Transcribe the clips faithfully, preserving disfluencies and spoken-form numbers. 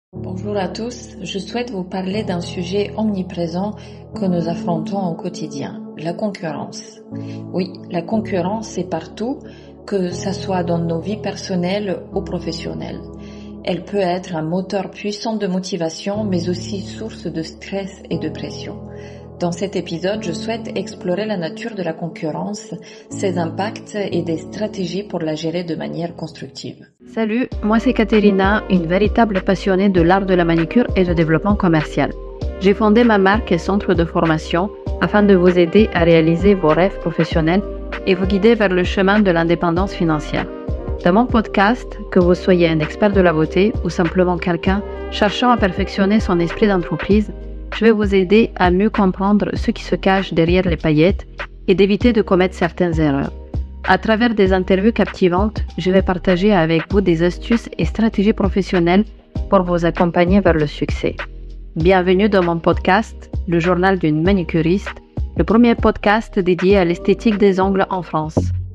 Bonjour à tous, je souhaite vous parler d'un sujet omniprésent que nous affrontons au quotidien, la concurrence. Oui, la concurrence est partout, que ça soit dans nos vies personnelles ou professionnelles. Elle peut être un moteur puissant de motivation, mais aussi source de stress et de pression. Dans cet épisode, je souhaite explorer la nature de la concurrence, ses impacts et des stratégies pour la gérer de manière constructive. Salut, moi c'est Caterina, une véritable passionnée de l'art de la manicure et de développement commercial. J'ai fondé ma marque et centre de formation afin de vous aider à réaliser vos rêves professionnels et vous guider vers le chemin de l'indépendance financière. Dans mon podcast, que vous soyez un expert de la beauté ou simplement quelqu'un cherchant à perfectionner son esprit d'entreprise, je vais vous aider à mieux comprendre ce qui se cache derrière les paillettes et d'éviter de commettre certaines erreurs. À travers des interviews captivantes, je vais partager avec vous des astuces et stratégies professionnelles pour vous accompagner vers le succès. Bienvenue dans mon podcast, le journal d'une manicuriste, le premier podcast dédié à l'esthétique des ongles en France.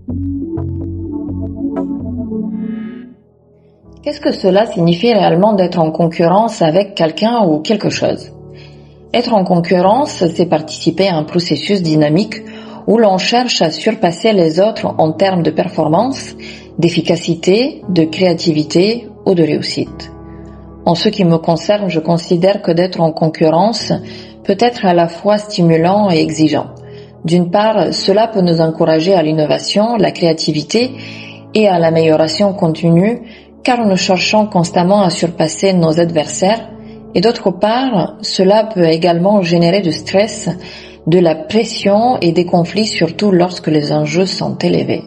Qu'est-ce que cela signifie réellement d'être en concurrence avec quelqu'un ou quelque chose ? Être en concurrence, c'est participer à un processus dynamique où l'on cherche à surpasser les autres en termes de performance, d'efficacité, de créativité ou de réussite. En ce qui me concerne, je considère que d'être en concurrence peut être à la fois stimulant et exigeant. D'une part, cela peut nous encourager à l'innovation, la créativité et à l'amélioration continue, car nous cherchons constamment à surpasser nos adversaires. Et d'autre part, cela peut également générer du stress, de la pression et des conflits, surtout lorsque les enjeux sont élevés.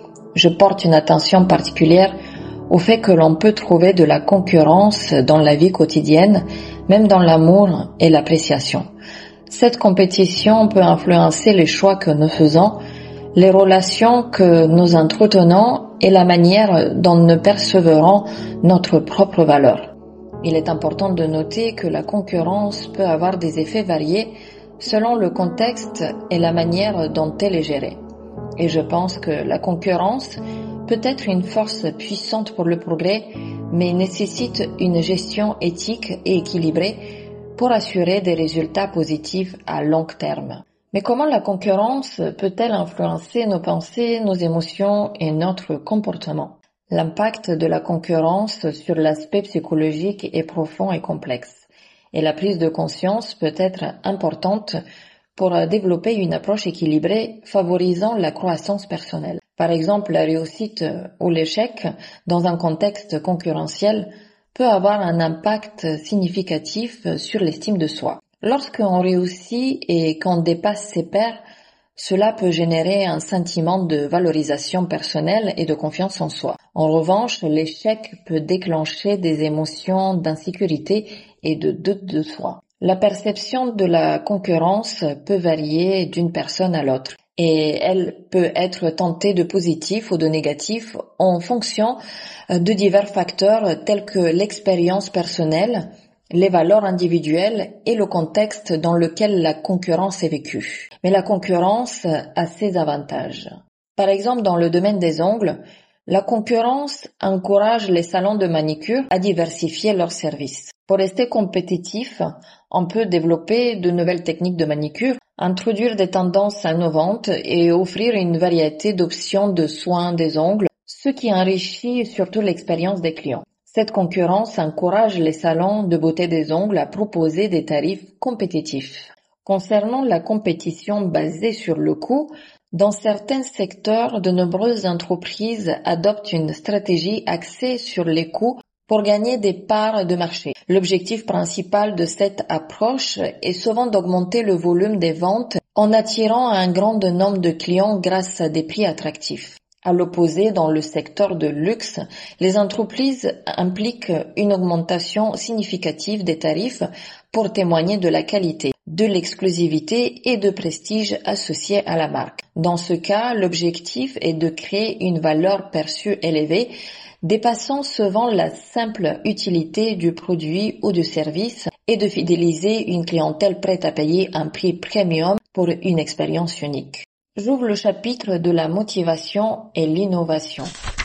Je porte une attention particulière au fait que l'on peut trouver de la concurrence dans la vie quotidienne, même dans l'amour et l'appréciation. Cette compétition peut influencer les choix que nous faisons, les relations que nous entretenons et la manière dont nous percevrons notre propre valeur. Il est important de noter que la concurrence peut avoir des effets variés selon le contexte et la manière dont elle est gérée. Et je pense que la concurrence peut être une force puissante pour le progrès, mais nécessite une gestion éthique et équilibrée pour assurer des résultats positifs à long terme. Mais comment la concurrence peut-elle influencer nos pensées, nos émotions et notre comportement ? L'impact de la concurrence sur l'aspect psychologique est profond et complexe, et la prise de conscience peut être importante pour développer une approche équilibrée favorisant la croissance personnelle. Par exemple, la réussite ou l'échec dans un contexte concurrentiel peut avoir un impact significatif sur l'estime de soi. Lorsqu'on réussit et qu'on dépasse ses pairs, cela peut générer un sentiment de valorisation personnelle et de confiance en soi. En revanche, l'échec peut déclencher des émotions d'insécurité et de doute de soi. La perception de la concurrence peut varier d'une personne à l'autre et elle peut être teintée de positif ou de négatif en fonction de divers facteurs tels que l'expérience personnelle, les valeurs individuelles et le contexte dans lequel la concurrence est vécue. Mais la concurrence a ses avantages. Par exemple, dans le domaine des ongles, la concurrence encourage les salons de manicure à diversifier leurs services. Pour rester compétitif, on peut développer de nouvelles techniques de manicure, introduire des tendances innovantes et offrir une variété d'options de soins des ongles, ce qui enrichit surtout l'expérience des clients. Cette concurrence encourage les salons de beauté des ongles à proposer des tarifs compétitifs. Concernant la compétition basée sur le coût, dans certains secteurs, de nombreuses entreprises adoptent une stratégie axée sur les coûts pour gagner des parts de marché. L'objectif principal de cette approche est souvent d'augmenter le volume des ventes en attirant un grand nombre de clients grâce à des prix attractifs. À l'opposé, dans le secteur de luxe, les entreprises impliquent une augmentation significative des tarifs pour témoigner de la qualité, de l'exclusivité et de prestige associés à la marque. Dans ce cas, l'objectif est de créer une valeur perçue élevée, dépassant souvent la simple utilité du produit ou du service et de fidéliser une clientèle prête à payer un prix premium pour une expérience unique. J'ouvre le chapitre de la motivation et l'innovation.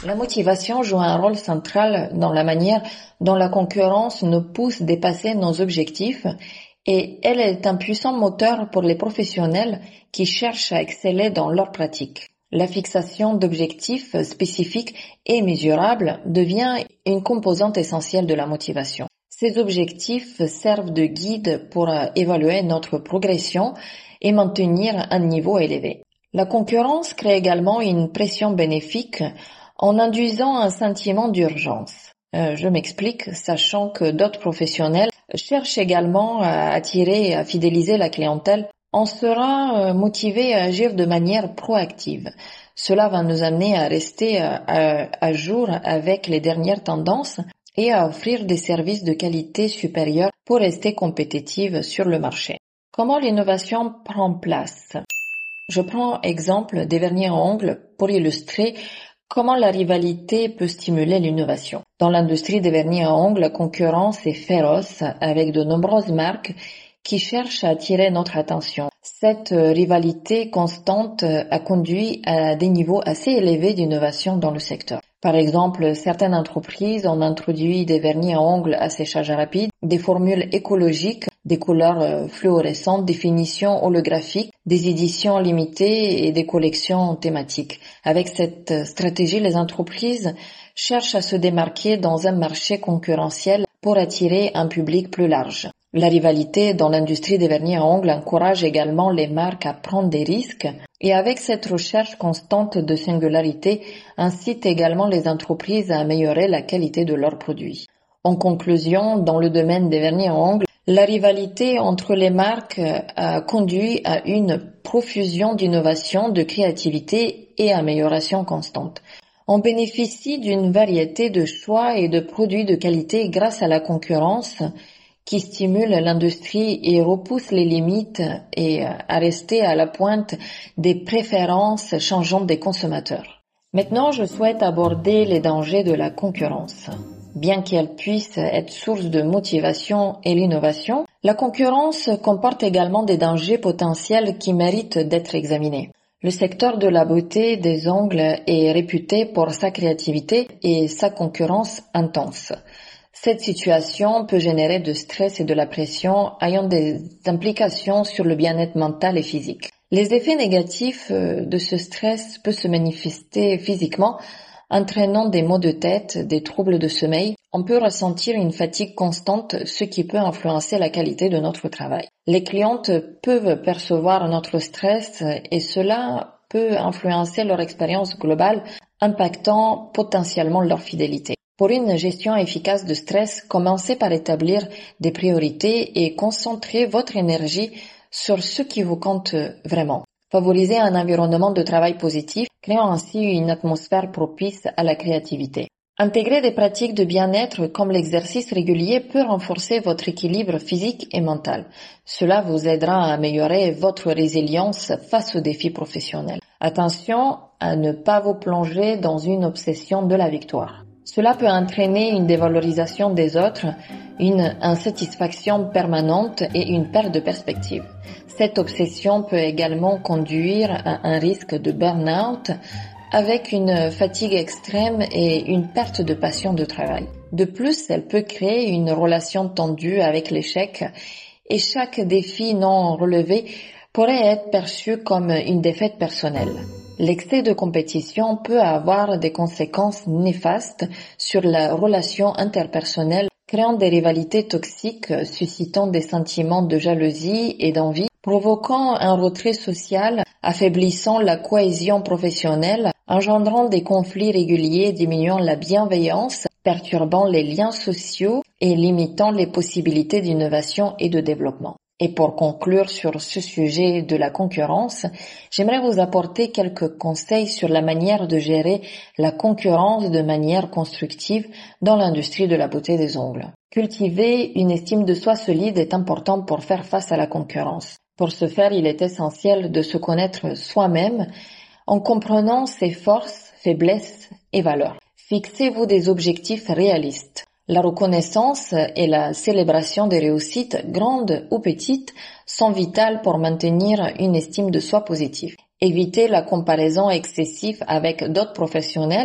La motivation joue un rôle central dans la manière dont la concurrence nous pousse à dépasser nos objectifs et elle est un puissant moteur pour les professionnels qui cherchent à exceller dans leur pratique. La fixation d'objectifs spécifiques et mesurables devient une composante essentielle de la motivation. Ces objectifs servent de guide pour évaluer notre progression et maintenir un niveau élevé. La concurrence crée également une pression bénéfique en induisant un sentiment d'urgence. Euh, je m'explique, sachant que d'autres professionnels cherchent également à attirer et à fidéliser la clientèle, on sera euh, motivé à agir de manière proactive. Cela va nous amener à rester à, à, à jour avec les dernières tendances et à offrir des services de qualité supérieure pour rester compétitive sur le marché. Comment l'innovation prend place? Je prends exemple des vernis à ongles pour illustrer comment la rivalité peut stimuler l'innovation. Dans l'industrie des vernis à ongles, la concurrence est féroce avec de nombreuses marques qui cherchent à attirer notre attention. Cette rivalité constante a conduit à des niveaux assez élevés d'innovation dans le secteur. Par exemple, certaines entreprises ont introduit des vernis à ongles à séchage rapide, des formules écologiques, des couleurs fluorescentes, des finitions holographiques, des éditions limitées et des collections thématiques. Avec cette stratégie, les entreprises cherchent à se démarquer dans un marché concurrentiel pour attirer un public plus large. La rivalité dans l'industrie des vernis à ongles encourage également les marques à prendre des risques et avec cette recherche constante de singularité incite également les entreprises à améliorer la qualité de leurs produits. En conclusion, dans le domaine des vernis à ongles, la rivalité entre les marques a conduit à une profusion d'innovation, de créativité et amélioration constante. On bénéficie d'une variété de choix et de produits de qualité grâce à la concurrence qui stimule l'industrie et repousse les limites et à rester à la pointe des préférences changeantes des consommateurs. Maintenant, je souhaite aborder les dangers de la concurrence. Bien qu'elle puisse être source de motivation et l'innovation, la concurrence comporte également des dangers potentiels qui méritent d'être examinés. Le secteur de la beauté des ongles est réputé pour sa créativité et sa concurrence intense. Cette situation peut générer de stress et de la pression ayant des implications sur le bien-être mental et physique. Les effets négatifs de ce stress peuvent se manifester physiquement, entraînant des maux de tête, des troubles de sommeil. On peut ressentir une fatigue constante, ce qui peut influencer la qualité de notre travail. Les clientes peuvent percevoir notre stress et cela peut influencer leur expérience globale, impactant potentiellement leur fidélité. Pour une gestion efficace de stress, commencez par établir des priorités et concentrez votre énergie sur ce qui vous compte vraiment. Favorisez un environnement de travail positif, créant ainsi une atmosphère propice à la créativité. Intégrer des pratiques de bien-être comme l'exercice régulier peut renforcer votre équilibre physique et mental. Cela vous aidera à améliorer votre résilience face aux défis professionnels. Attention à ne pas vous plonger dans une obsession de la victoire. Cela peut entraîner une dévalorisation des autres, une insatisfaction permanente et une perte de perspective. Cette obsession peut également conduire à un risque de burn-out avec une fatigue extrême et une perte de passion de travail. De plus, elle peut créer une relation tendue avec l'échec et chaque défi non relevé pourrait être perçu comme une défaite personnelle. L'excès de compétition peut avoir des conséquences néfastes sur la relation interpersonnelle, créant des rivalités toxiques, suscitant des sentiments de jalousie et d'envie, provoquant un retrait social, affaiblissant la cohésion professionnelle, engendrant des conflits réguliers, diminuant la bienveillance, perturbant les liens sociaux et limitant les possibilités d'innovation et de développement. Et pour conclure sur ce sujet de la concurrence, j'aimerais vous apporter quelques conseils sur la manière de gérer la concurrence de manière constructive dans l'industrie de la beauté des ongles. Cultiver une estime de soi solide est important pour faire face à la concurrence. Pour ce faire, il est essentiel de se connaître soi-même en comprenant ses forces, faiblesses et valeurs. Fixez-vous des objectifs réalistes. La reconnaissance et la célébration des réussites, grandes ou petites, sont vitales pour maintenir une estime de soi positive. Évitez la comparaison excessive avec d'autres professionnels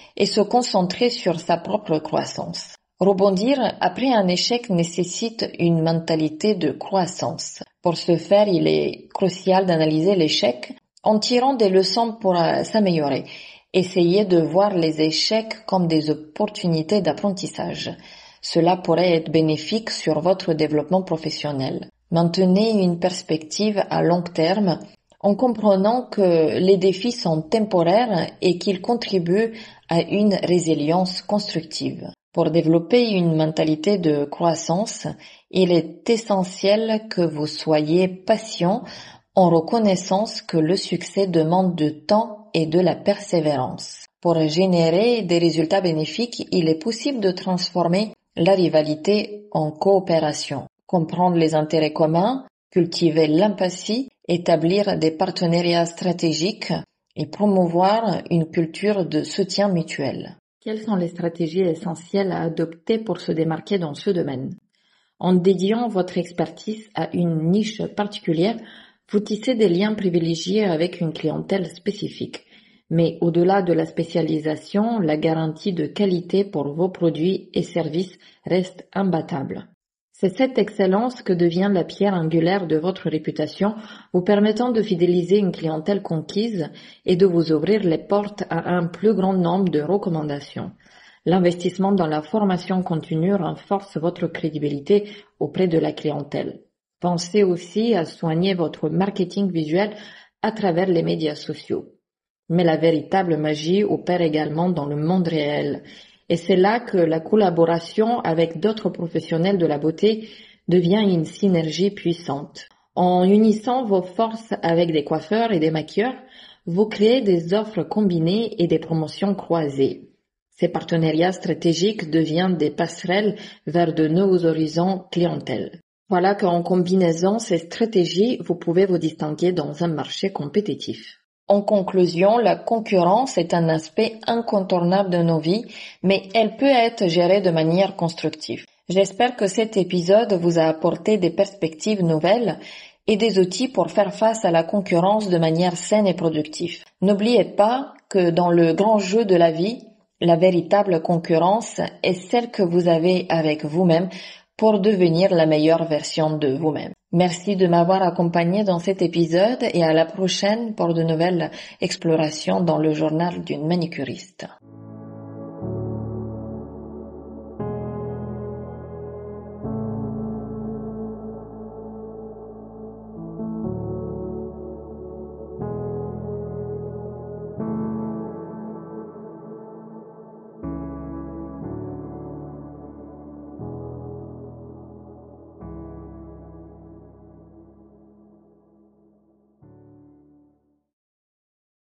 et se concentrer sur sa propre croissance. Rebondir après un échec nécessite une mentalité de croissance. Pour ce faire, il est crucial d'analyser l'échec en tirant des leçons pour euh, s'améliorer. Essayez de voir les échecs comme des opportunités d'apprentissage. Cela pourrait être bénéfique sur votre développement professionnel. Maintenez une perspective à long terme en comprenant que les défis sont temporaires et qu'ils contribuent à une résilience constructive. Pour développer une mentalité de croissance, il est essentiel que vous soyez patient en reconnaissance que le succès demande du temps et de la persévérance. Pour générer des résultats bénéfiques, il est possible de transformer la rivalité en coopération, comprendre les intérêts communs, cultiver l'empathie, établir des partenariats stratégiques et promouvoir une culture de soutien mutuel. Quelles sont les stratégies essentielles à adopter pour se démarquer dans ce domaine? En dédiant votre expertise à une niche particulière, vous tissez des liens privilégiés avec une clientèle spécifique. Mais au-delà de la spécialisation, la garantie de qualité pour vos produits et services reste imbattable. C'est cette excellence que devient la pierre angulaire de votre réputation, vous permettant de fidéliser une clientèle conquise et de vous ouvrir les portes à un plus grand nombre de recommandations. L'investissement dans la formation continue renforce votre crédibilité auprès de la clientèle. Pensez aussi à soigner votre marketing visuel à travers les médias sociaux. Mais la véritable magie opère également dans le monde réel. Et c'est là que la collaboration avec d'autres professionnels de la beauté devient une synergie puissante. En unissant vos forces avec des coiffeurs et des maquilleurs, vous créez des offres combinées et des promotions croisées. Ces partenariats stratégiques deviennent des passerelles vers de nouveaux horizons clientèle. Voilà qu'en combinaison ces stratégies, vous pouvez vous distinguer dans un marché compétitif. En conclusion, la concurrence est un aspect incontournable de nos vies, mais elle peut être gérée de manière constructive. J'espère que cet épisode vous a apporté des perspectives nouvelles et des outils pour faire face à la concurrence de manière saine et productive. N'oubliez pas que dans le grand jeu de la vie, la véritable concurrence est celle que vous avez avec vous-même pour devenir la meilleure version de vous-même. Merci de m'avoir accompagné dans cet épisode et à la prochaine pour de nouvelles explorations dans le journal d'une manicuriste.